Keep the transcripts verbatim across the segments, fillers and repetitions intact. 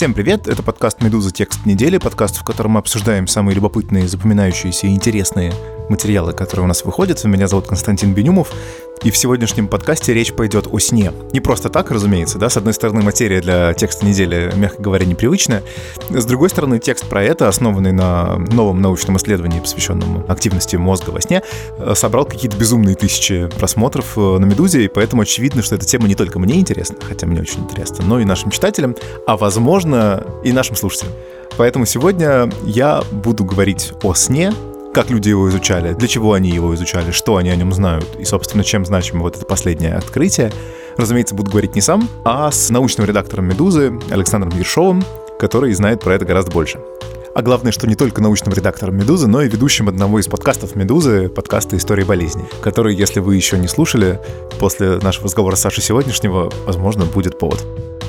Всем привет, это подкаст «Медуза. Текст недели», подкаст, в котором мы обсуждаем самые любопытные, запоминающиеся и интересные материалы, которые у нас выходят. Меня зовут Константин Бенюмов, и в сегодняшнем подкасте речь пойдет о сне. Не просто так, разумеется, да, с одной стороны, материя для текста недели, мягко говоря, непривычная, с другой стороны, текст про это, основанный на новом научном исследовании, посвященном активности мозга во сне, собрал какие-то безумные тысячи просмотров на «Медузе», и поэтому очевидно, что эта тема не только мне интересна, хотя мне очень интересно, но и нашим читателям, а, возможно, и нашим слушателям. Поэтому сегодня я буду говорить о сне, как люди его изучали, для чего они его изучали, что они о нем знают и, собственно, чем значимо вот это последнее открытие. Разумеется, буду говорить не сам, а с научным редактором «Медузы» Александром Ершовым, который знает про это гораздо больше. А главное, что не только научным редактором «Медузы», но и ведущим одного из подкастов «Медузы», подкаста «Истории болезни», который, если вы еще не слушали, после нашего разговора с Сашей сегодняшнего, возможно, будет повод.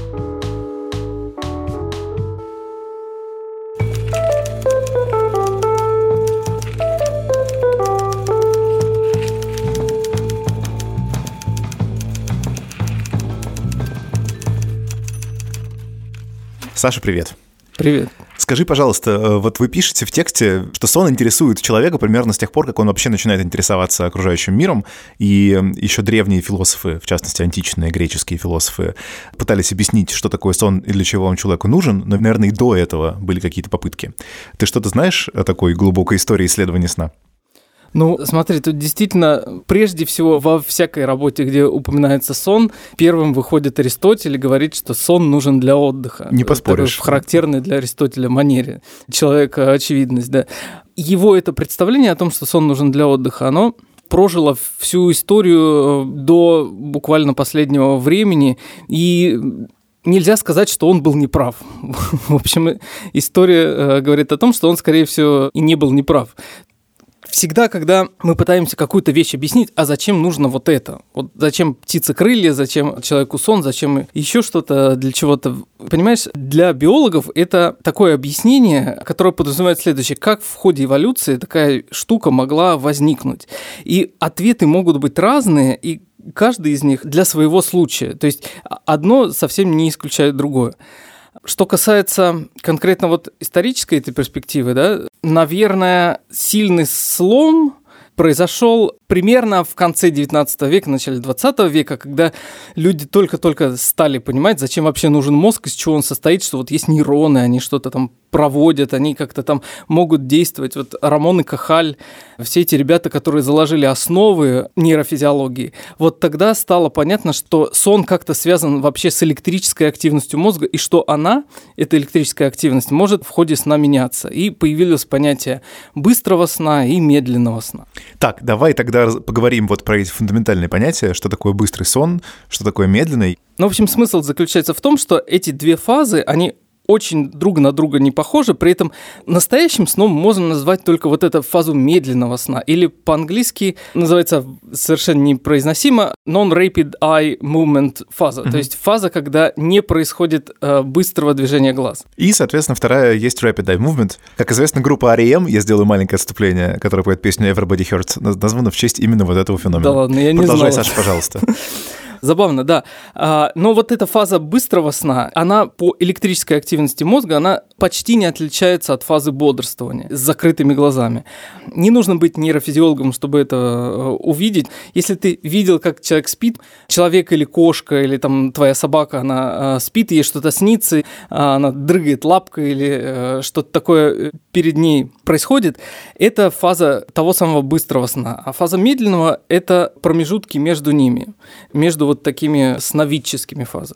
Саша, привет. Привет. Скажи, пожалуйста, вот вы пишете в тексте, что сон интересует человека примерно с тех пор, как он вообще начинает интересоваться окружающим миром, и еще древние философы, в частности, античные греческие философы, пытались объяснить, что такое сон и для чего он человеку нужен, но, наверное, и до этого были какие-то попытки. Ты что-то знаешь о такой глубокой истории исследования сна? Ну, смотри, тут действительно, прежде всего, во всякой работе, где упоминается сон, первым выходит Аристотель и говорит, что сон нужен для отдыха. Не поспоришь. В характерной для Аристотеля манере. Человека очевидность, да. Его это представление о том, что сон нужен для отдыха, оно прожило всю историю до буквально последнего времени, и нельзя сказать, что он был неправ. В общем, история говорит о том, что он, скорее всего, и не был неправ. Всегда, когда мы пытаемся какую-то вещь объяснить, а зачем нужно вот это? Вот зачем птице крылья, зачем человеку сон, зачем еще что-то для чего-то? Понимаешь, для биологов это такое объяснение, которое подразумевает следующее. Как в ходе эволюции такая штука могла возникнуть? И ответы могут быть разные, и каждый из них для своего случая. То есть одно совсем не исключает другое. Что касается конкретно вот исторической этой перспективы, да, наверное, сильный слом произошел примерно в конце девятнадцатого века, начале двадцатого века, когда люди только-только стали понимать, зачем вообще нужен мозг, из чего он состоит, что вот есть нейроны, они что-то там проводят, они как-то там могут действовать. Вот Рамон и Кахаль, все эти ребята, которые заложили основы нейрофизиологии, вот тогда стало понятно, что сон как-то связан вообще с электрической активностью мозга, и что она, эта электрическая активность, может в ходе сна меняться. И появилось понятие быстрого сна и медленного сна. Так, давай тогда поговорим вот про эти фундаментальные понятия, что такое быстрый сон, что такое медленный. Ну, в общем, смысл заключается в том, что эти две фазы, они очень друг на друга не похожи, при этом настоящим сном можно назвать только вот эту фазу медленного сна, или по-английски называется совершенно непроизносимо non-rapid eye movement фаза, mm-hmm. то есть фаза, когда не происходит э, быстрого движения глаз. И, соответственно, вторая есть rapid eye movement. Как известно, группа ар и эм, я сделаю маленькое отступление, которая поет песню Everybody Hurts, названа в честь именно вот этого феномена. Да ладно, я не знал. Продолжай, Саша, пожалуйста. Забавно, да. Но вот эта фаза быстрого сна, она по электрической активности мозга, она почти не отличается от фазы бодрствования с закрытыми глазами. Не нужно быть нейрофизиологом, чтобы это увидеть. Если ты видел, как человек спит, человек или кошка, или там твоя собака, она спит, ей что-то снится, она дрыгает лапкой или что-то такое перед ней происходит, это фаза того самого быстрого сна. А фаза медленного – это промежутки между ними, между вот такими сновидческими фазами.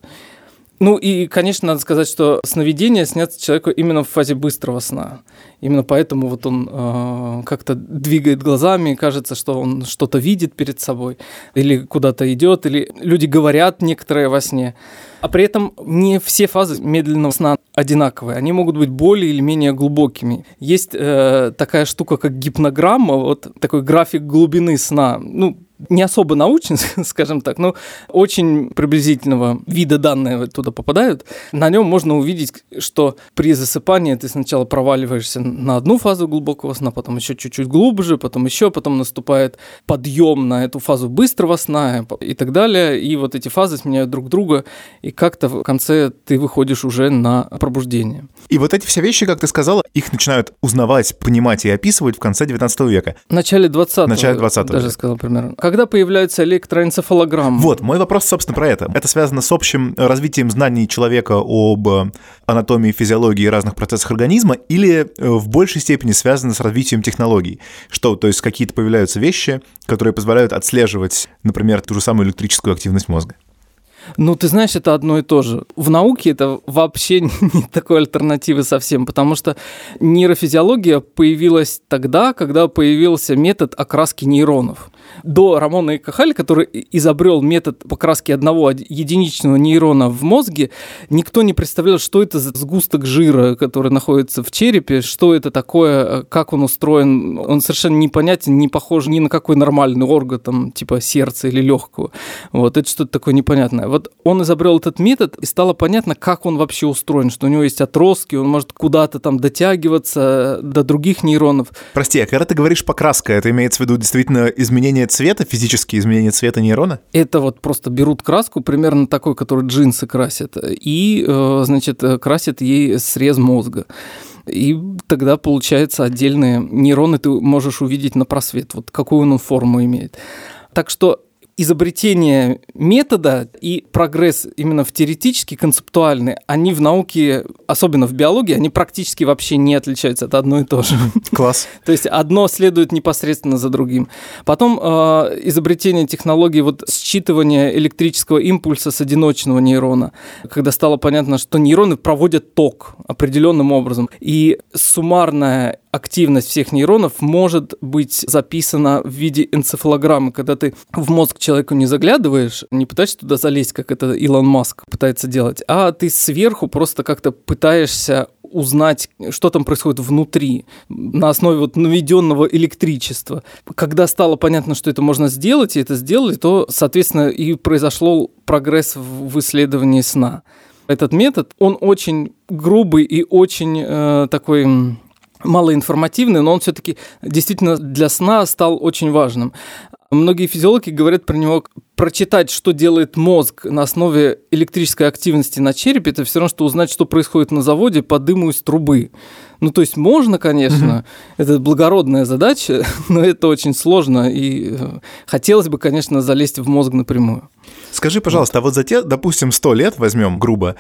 Ну и, конечно, надо сказать, что сновидения снятся человеку именно в фазе быстрого сна. Именно поэтому вот он э, как-то двигает глазами, кажется, что он что-то видит перед собой, или куда-то идет, или люди говорят некоторые во сне. А при этом не все фазы медленного сна одинаковые, они могут быть более или менее глубокими. Есть э, такая штука, как гипнограмма, вот такой график глубины сна. Ну, не особо научный, скажем так, но очень приблизительного вида данные туда попадают. На нем можно увидеть, что при засыпании ты сначала проваливаешься на одну фазу глубокого сна, потом еще чуть-чуть глубже, потом еще, потом наступает подъем на эту фазу быстрого сна и так далее. И вот эти фазы сменяют друг друга, и как-то в конце ты выходишь уже на пробуждение. И вот эти все вещи, как ты сказала, их начинают узнавать, понимать и описывать в конце девятнадцатого века. В начале двадцатого. В начале двадцатого. Даже сказал примерно. Когда появляются электроэнцефалограммы? Вот, мой вопрос, собственно, про это. Это связано с общим развитием знаний человека об анатомии, физиологии и разных процессах организма, или в большей степени связано с развитием технологий? Что, то есть какие-то появляются вещи, которые позволяют отслеживать, например, ту же самую электрическую активность мозга? Ну, ты знаешь, это одно и то же. В науке это вообще нет такой альтернативы совсем, потому что нейрофизиология появилась тогда, когда появился метод окраски нейронов. До Рамона Кахаля, который изобрел метод покраски одного единичного нейрона в мозге, никто не представлял, что это за сгусток жира, который находится в черепе, что это такое, как он устроен. Он совершенно непонятен, не похож ни на какой нормальный орган, там, типа сердца или легкого. Вот, это что-то такое непонятное. Вот он изобрел этот метод, и стало понятно, как он вообще устроен, что у него есть отростки, он может куда-то там дотягиваться до других нейронов. Прости, а когда ты говоришь покраска, это имеется в виду действительно изменение цвета, физические изменения цвета нейрона? Это вот просто берут краску, примерно такой, которую джинсы красят, и, значит, красят ей срез мозга. И тогда, получается, отдельные нейроны ты можешь увидеть на просвет, вот какую он форму имеет. Так что изобретение метода и прогресс именно в теоретически концептуальный, они в науке, особенно в биологии, они практически вообще не отличаются, это одно и то же. Класс. То есть одно следует непосредственно за другим. Потом э, изобретение технологии вот считывания электрического импульса с одиночного нейрона, когда стало понятно, что нейроны проводят ток определенным образом, и суммарная активность всех нейронов может быть записана в виде энцефалограммы, когда ты в мозг человеку не заглядываешь, не пытаешься туда залезть, как это Илон Маск пытается делать, а ты сверху просто как-то пытаешься узнать, что там происходит внутри, на основе вот наведенного электричества. Когда стало понятно, что это можно сделать, и это сделали, то, соответственно, и произошел прогресс в исследовании сна. Этот метод, он очень грубый и очень э, такой малоинформативный, но он все-таки действительно для сна стал очень важным. Многие физиологи говорят про него, прочитать, что делает мозг на основе электрической активности на черепе, это все равно, что узнать, что происходит на заводе по дыму из трубы. Ну, то есть можно, конечно, mm-hmm. это благородная задача, но это очень сложно, и хотелось бы, конечно, залезть в мозг напрямую. Скажи, пожалуйста, вот. а вот за те, допустим, сто лет, возьмем грубо,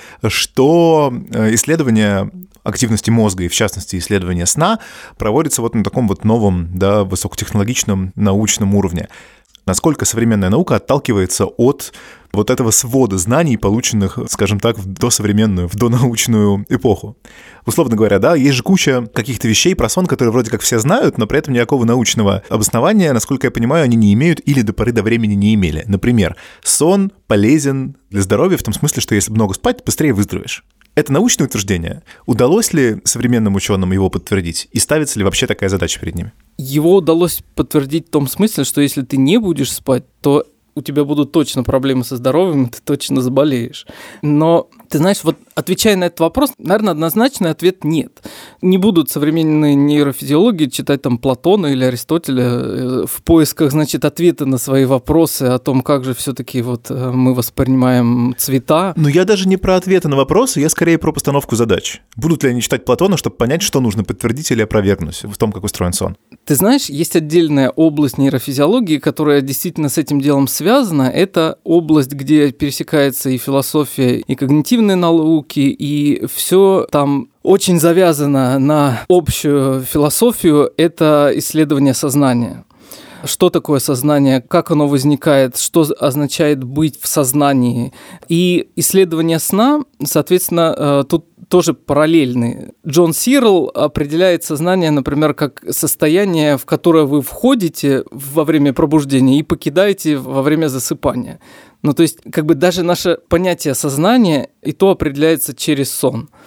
что исследование активности мозга, и в частности исследование сна, проводится вот на таком вот новом, да, высокотехнологичном научном уровне. Насколько современная наука отталкивается от вот этого свода знаний, полученных, скажем так, в досовременную, в донаучную эпоху. Условно говоря, да, есть же куча каких-то вещей про сон, которые вроде как все знают, но при этом никакого научного обоснования, насколько я понимаю, они не имеют или до поры до времени не имели. Например, сон полезен для здоровья в том смысле, что если много спать, быстрее выздоровеешь. Это научное утверждение. Удалось ли современным ученым его подтвердить? И ставится ли вообще такая задача перед ними? Его удалось подтвердить в том смысле, что если ты не будешь спать, то у тебя будут точно проблемы со здоровьем, ты точно заболеешь. Но, ты знаешь, вот отвечая на этот вопрос, наверное, однозначный ответ нет. Не будут современные нейрофизиологи читать там Платона или Аристотеля в поисках, значит, ответа на свои вопросы о том, как же все-таки вот мы воспринимаем цвета. Но я даже не про ответы на вопросы, я скорее про постановку задач. Будут ли они читать Платона, чтобы понять, что нужно подтвердить или опровергнуть в том, как устроен сон? Ты знаешь, есть отдельная область нейрофизиологии, которая действительно с этим делом связана. Это область, где пересекается и философия, и когнитивные науки, и все там очень завязано на общую философию. Это исследование сознания. Что такое сознание, как оно возникает, что означает быть в сознании. И исследование сна, соответственно, тут тоже параллельны. Джон Сирл определяет сознание, например, как состояние, в которое вы входите во время пробуждения и покидаете во время засыпания. Ну, то есть, как бы даже наше понятие сознания и то определяется через сон.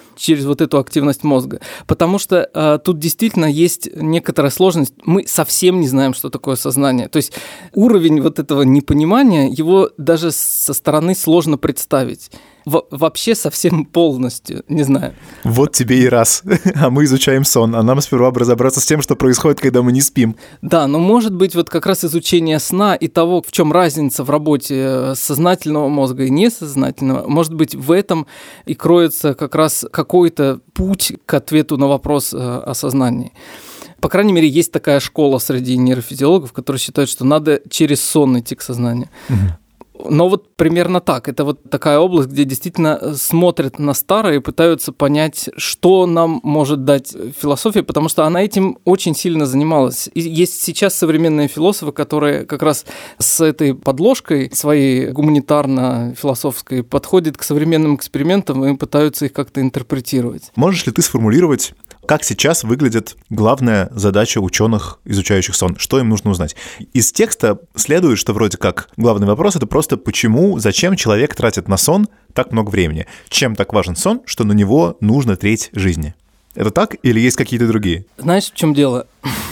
через вот эту активность мозга. Потому что э, тут действительно есть некоторая сложность. Мы совсем не знаем, что такое сознание. То есть уровень вот этого непонимания, его даже со стороны сложно представить. Во- вообще совсем полностью, не знаю. Вот тебе и раз. А мы изучаем сон, а нам сперва бы разобраться с тем, что происходит, когда мы не спим. Да, но может быть вот как раз изучение сна и того, в чем разница в работе сознательного мозга и несознательного, может быть, в этом и кроется как раз какой-то путь к ответу на вопрос о сознании. По крайней мере, есть такая школа среди нейрофизиологов, которые считают, что надо через сон идти к сознанию. Угу. Но вот примерно так. Это вот такая область, где действительно смотрят на старое и пытаются понять, что нам может дать философия, потому что она этим очень сильно занималась. И есть сейчас современные философы, которые как раз с этой подложкой своей гуманитарно-философской подходят к современным экспериментам и пытаются их как-то интерпретировать. Можешь ли ты сформулировать, как сейчас выглядит главная задача ученых, изучающих сон? Что им нужно узнать? Из текста следует, что вроде как главный вопрос — это просто почему, зачем человек тратит на сон так много времени? Чем так важен сон, что на него нужно треть жизни? Это так или есть какие-то другие? Знаешь, в чем дело?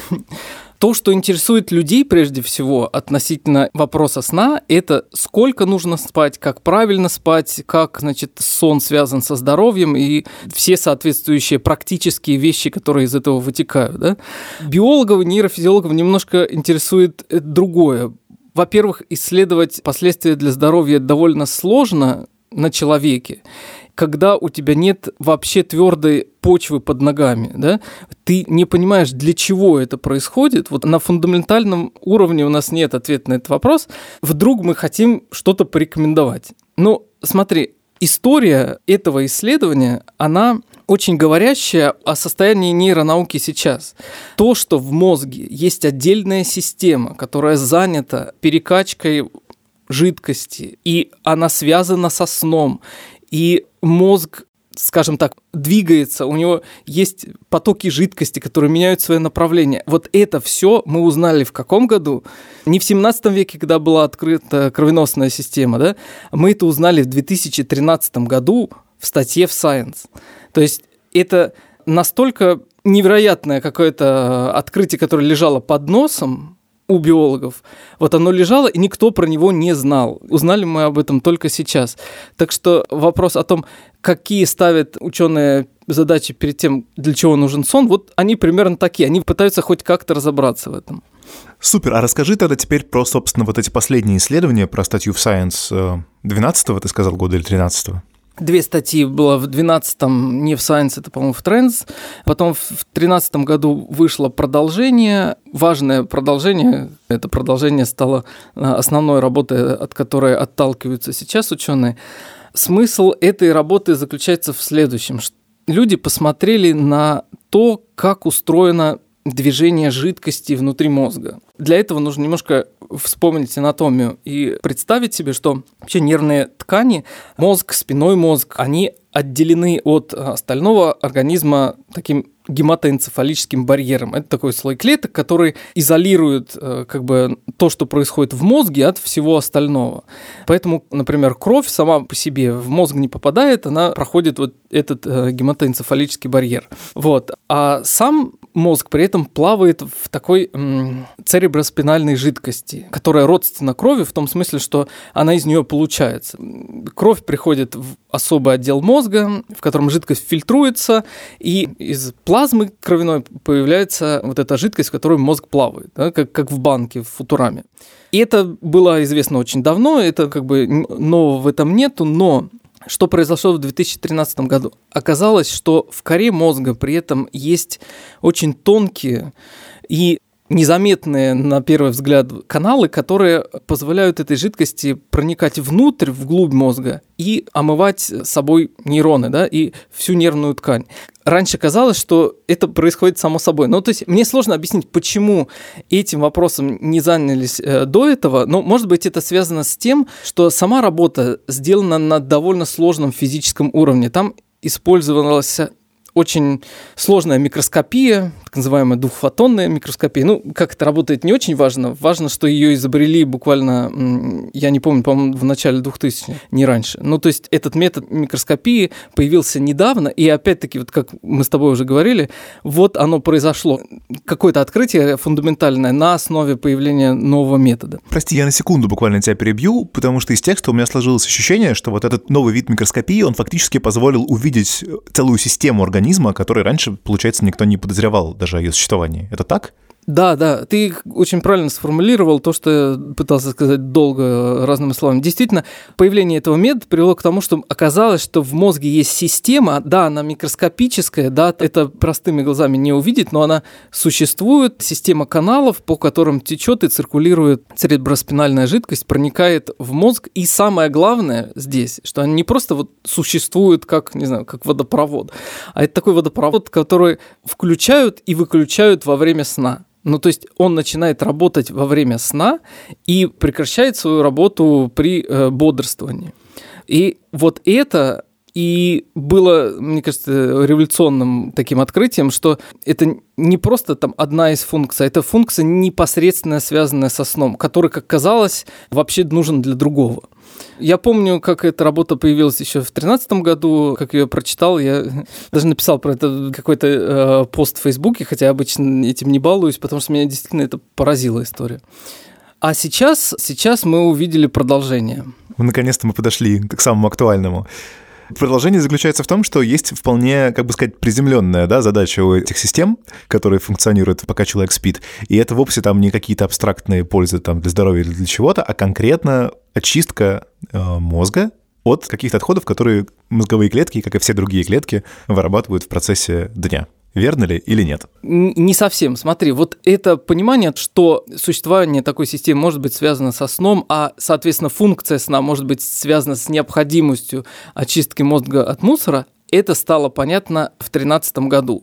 То, что интересует людей прежде всего относительно вопроса сна, это сколько нужно спать, как правильно спать, как, значит, сон связан со здоровьем и все соответствующие практические вещи, которые из этого вытекают. Да? Биологов и нейрофизиологов немножко интересует другое. Во-первых, исследовать последствия для здоровья довольно сложно на человеке, когда у тебя нет вообще твердой почвы под ногами, да, ты не понимаешь, для чего это происходит. Вот на фундаментальном уровне у нас нет ответа на этот вопрос. Вдруг мы хотим что-то порекомендовать. Ну, смотри, история этого исследования, она очень говорящая о состоянии нейронауки сейчас. То, что в мозге есть отдельная система, которая занята перекачкой жидкости, и она связана со сном, и мозг, скажем так, двигается, у него есть потоки жидкости, которые меняют свое направление. Вот это все мы узнали в каком году? Не в семнадцатом веке, когда была открыта кровеносная система, да? Мы это узнали в две тысячи тринадцатом году в статье в Science. То есть это настолько невероятное какое-то открытие, которое лежало под носом у биологов. Вот оно лежало, и никто про него не знал. Узнали мы об этом только сейчас. Так что вопрос о том, какие ставят ученые задачи перед тем, для чего нужен сон, вот они примерно такие. Они пытаются хоть как-то разобраться в этом. Супер. А расскажи тогда теперь про, собственно, вот эти последние исследования, про статью в Science двенадцатого, ты сказал, года или тринадцатого? Две статьи было в двенадцатом, не в Science, это, по-моему, в Trends. Потом в тринадцатом году вышло продолжение, важное продолжение. Это продолжение стало основной работой, от которой отталкиваются сейчас ученые. Смысл этой работы заключается в следующем. Люди посмотрели на то, как устроено движение жидкости внутри мозга. Для этого нужно немножко вспомнить анатомию и представить себе, что вообще нервные ткани, мозг, спинной мозг, они отделены от остального организма таким гематоэнцефалическим барьером. Это такой слой клеток, который изолирует как бы то, что происходит в мозге, от всего остального. Поэтому, например, кровь сама по себе в мозг не попадает, она проходит вот этот гематоэнцефалический барьер. Вот. А сам мозг при этом плавает в такой м, цереброспинальной жидкости, которая родственна крови в том смысле, что она из нее получается. Кровь приходит в особый отдел мозга, в котором жидкость фильтруется, и из плазмы кровяной появляется вот эта жидкость, в которой мозг плавает, да, как, как в банке в Футураме. И это было известно очень давно, это как бы нового в этом нету, но что произошло в две тысячи тринадцатом году? Оказалось, что в коре мозга при этом есть очень тонкие и незаметные, на первый взгляд, каналы, которые позволяют этой жидкости проникать внутрь, вглубь мозга и омывать собой нейроны, да, и всю нервную ткань. Раньше казалось, что это происходит само собой. Ну, то есть мне сложно объяснить, почему этим вопросом не занялись э, до этого, но, может быть, это связано с тем, что сама работа сделана на довольно сложном физическом уровне. Там использовалась очень сложная микроскопия, так называемая двухфотонная микроскопия. Ну, как это работает, не очень важно. Важно, что ее изобрели буквально, я не помню, по-моему, в начале двухтысячных, не раньше. Ну, то есть этот метод микроскопии появился недавно, и опять-таки, вот как мы с тобой уже говорили, вот оно произошло. Какое-то открытие фундаментальное на основе появления нового метода. Прости, я на секунду буквально тебя перебью, потому что из текста у меня сложилось ощущение, что вот этот новый вид микроскопии, он фактически позволил увидеть целую систему организма, которой раньше, получается, никто не подозревал даже о ее существовании. Это так? Да, да, ты очень правильно сформулировал то, что я пытался сказать долго разными словами. Действительно, появление этого метода привело к тому, что оказалось, что в мозге есть система, да, она микроскопическая, да, это простыми глазами не увидеть, но она существует, система каналов, по которым течет и циркулирует цереброспинальная жидкость, проникает в мозг, и самое главное здесь, что она не просто вот существует как, не знаю, как водопровод, а это такой водопровод, который включают и выключают во время сна. Ну, то есть он начинает работать во время сна и прекращает свою работу при э, бодрствовании. И вот это и было, мне кажется, революционным таким открытием, что это не просто там одна из функций, это функция непосредственно связанная со сном, который, как казалось, вообще нужен для другого. Я помню, как эта работа появилась еще в две тысячи тринадцатом году, как ее прочитал, я даже написал про это какой-то э, пост в Фейсбуке, хотя я обычно этим не балуюсь, потому что меня действительно это поразила история. А сейчас, сейчас мы увидели продолжение. Наконец-то мы подошли к самому актуальному. Продолжение заключается в том, что есть вполне, как бы сказать, приземленная, да, задача у этих систем, которые функционируют, пока человек спит. И это вовсе там не какие-то абстрактные пользы там, для здоровья или для чего-то, а конкретно очистка э, мозга от каких-то отходов, которые мозговые клетки, как и все другие клетки, вырабатывают в процессе дня. Верно ли или нет? Не совсем. Смотри, вот это понимание, что существование такой системы может быть связано со сном, а, соответственно, функция сна может быть связана с необходимостью очистки мозга от мусора, это стало понятно в две тысячи тринадцатом году.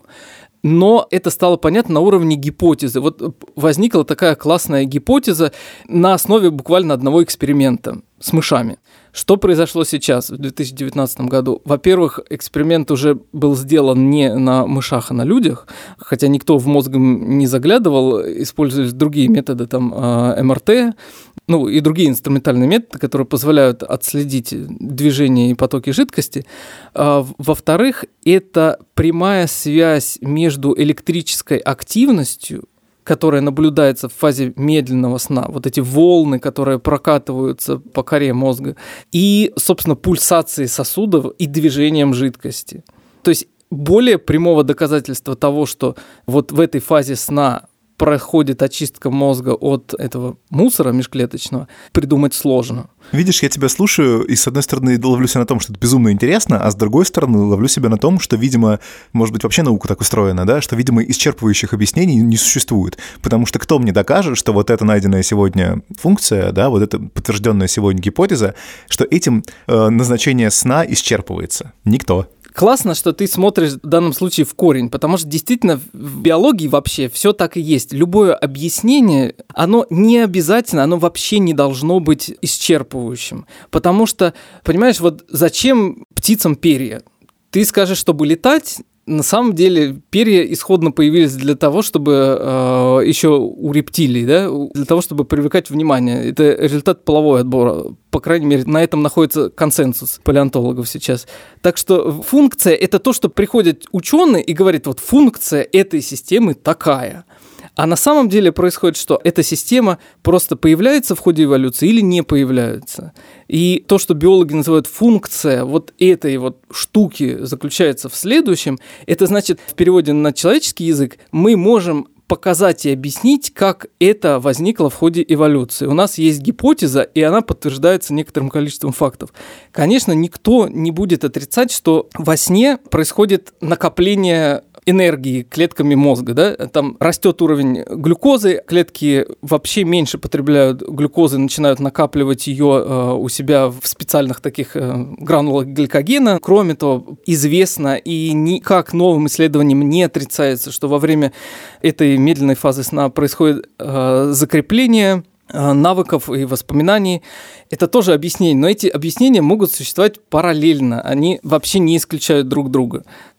Но это стало понятно на уровне гипотезы. Вот возникла такая классная гипотеза на основе буквально одного эксперимента с мышами. Что произошло сейчас, в две тысячи девятнадцатом году? Во-первых, эксперимент уже был сделан не на мышах, а на людях, хотя никто в мозг не заглядывал, использовались другие методы, там, эм эр тэ, ну, и другие инструментальные методы, которые позволяют отследить движение и потоки жидкости. Во-вторых, это прямая связь между электрической активностью, которая наблюдается в фазе медленного сна, вот эти волны, которые прокатываются по коре мозга, и, собственно, пульсацией сосудов и движением жидкости. То есть более прямого доказательства того, что вот в этой фазе сна проходит очистка мозга от этого мусора межклеточного, придумать сложно. Видишь, я тебя слушаю, и с одной стороны ловлю себя на том, что это безумно интересно, а с другой стороны ловлю себя на том, что, видимо, может быть, вообще наука так устроена, да, что, видимо, исчерпывающих объяснений не существует. Потому что кто мне докажет, что вот эта найденная сегодня функция, да, вот эта подтвержденная сегодня гипотеза, что этим э, назначение сна исчерпывается? Никто. Классно, что ты смотришь в данном случае в корень, потому что действительно в биологии вообще все так и есть. Любое объяснение, оно не обязательно, оно вообще не должно быть исчерпывающим. Потому что, понимаешь, вот зачем птицам перья? Ты скажешь, чтобы летать. На самом деле перья исходно появились для того, чтобы э, еще у рептилий, да, для того, чтобы привлекать внимание. Это результат полового отбора. По крайней мере, на этом находится консенсус палеонтологов сейчас. Так что функция – это то, что приходят ученые и говорят, вот функция этой системы такая. А на самом деле происходит, что эта система просто появляется в ходе эволюции или не появляется. И то, что биологи называют функция вот этой вот штуки, заключается в следующем. Это значит, в переводе на человеческий язык мы можем показать и объяснить, как это возникло в ходе эволюции. У нас есть гипотеза, и она подтверждается некоторым количеством фактов. Конечно, никто не будет отрицать, что во сне происходит накопление энергии клетками мозга, да, там растет уровень глюкозы, клетки вообще меньше потребляют глюкозы, начинают накапливать ее э, у себя в специальных таких э, гранулах гликогена. Кроме того, известно и никак новым исследованиям не отрицается, что во время этой медленной фазы сна происходит э, закрепление э, навыков и воспоминаний. Это тоже объяснение, но эти объяснения могут существовать параллельно, они вообще не исключают друг друга.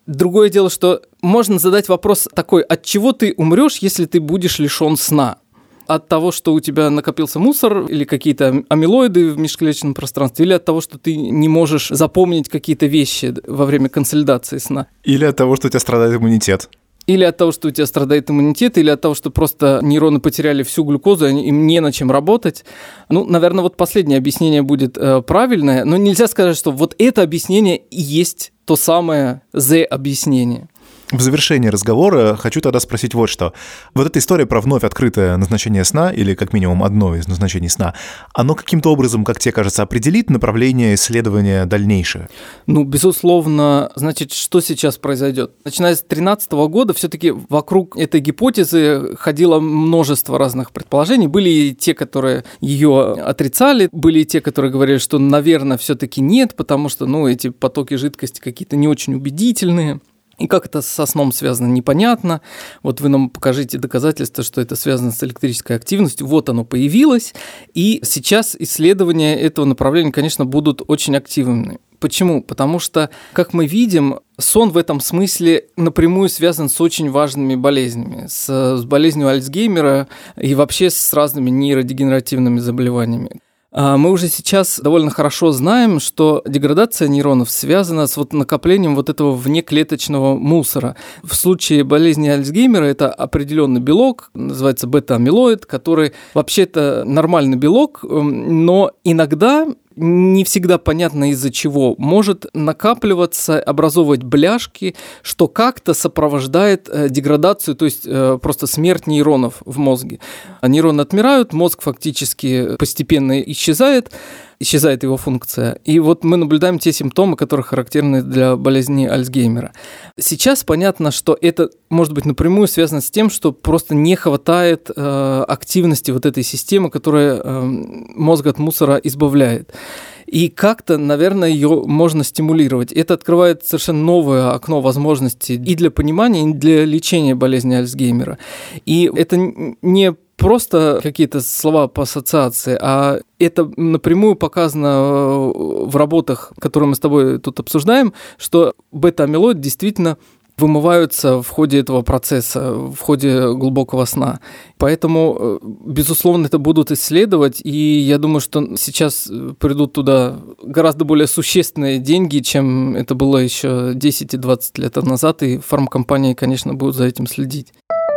Другое дело, что можно задать вопрос такой: от чего ты умрешь, если ты будешь лишен сна? От того, что у тебя накопился мусор или какие-то амилоиды в межклеточном пространстве, или от того, что ты не можешь запомнить какие-то вещи во время консолидации сна? Или от того, что у тебя страдает иммунитет. Или от того, что у тебя страдает иммунитет, или от того, что просто нейроны потеряли всю глюкозу, им не на чем работать. Ну, наверное, вот последнее объяснение будет э, правильное, но нельзя сказать, что вот это объяснение и есть то самое «the-объяснение». В завершении разговора хочу тогда спросить вот что. Вот эта история про вновь открытое назначение сна, или как минимум одно из назначений сна, оно каким-то образом, как тебе кажется, определит направление исследования дальнейшее? Ну, безусловно, значит, что сейчас произойдет? Начиная с две тысячи тринадцатого года все-таки вокруг этой гипотезы ходило множество разных предположений. Были и те, которые ее отрицали, были и те, которые говорили, что, наверное, все-таки нет, потому что, ну, эти потоки жидкости какие-то не очень убедительные. И как это со сном связано, непонятно. Вот вы нам покажите доказательства, что это связано с электрической активностью. Вот оно появилось. И сейчас исследования этого направления, конечно, будут очень активны. Почему? Потому что, как мы видим, сон в этом смысле напрямую связан с очень важными болезнями. С, с болезнью Альцгеймера и вообще с разными нейродегенеративными заболеваниями. Мы уже сейчас довольно хорошо знаем, что деградация нейронов связана с вот накоплением вот этого внеклеточного мусора. В случае болезни Альцгеймера это определенный белок, называется бета-амилоид, который вообще-то нормальный белок, но иногда, не всегда понятно из-за чего, может накапливаться, образовывать бляшки, что как-то сопровождает деградацию, то есть просто смерть нейронов в мозге. А нейроны отмирают, мозг фактически постепенно исчезает, исчезает его функция. И вот мы наблюдаем те симптомы, которые характерны для болезни Альцгеймера. Сейчас понятно, что это может быть напрямую связано с тем, что просто не хватает э, активности вот этой системы, которая э, мозг от мусора избавляет. И как-то, наверное, ее можно стимулировать. Это открывает совершенно новое окно возможностей и для понимания, и для лечения болезни Альцгеймера. И это не просто какие-то слова по ассоциации, а это напрямую показано в работах, которые мы с тобой тут обсуждаем, что бета-амилоид действительно вымываются в ходе этого процесса, в ходе глубокого сна. Поэтому, безусловно, это будут исследовать, и я думаю, что сейчас придут туда гораздо более существенные деньги, чем это было еще десять и двадцать лет назад, и фармкомпании, конечно, будут за этим следить.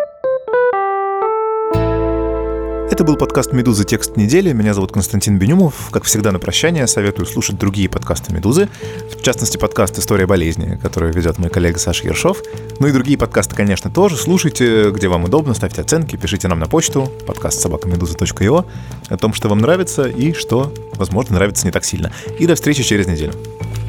Это был подкаст «Медузы. Текст недели». Меня зовут Константин Бенюмов. Как всегда, на прощание советую слушать другие подкасты «Медузы». В частности, подкаст «История болезни», который ведет мой коллега Саша Ершов. Ну и другие подкасты, конечно, тоже. Слушайте, где вам удобно, ставьте оценки, пишите нам на почту подкаст собака медуза точка io о том, что вам нравится и что, возможно, нравится не так сильно. И до встречи через неделю.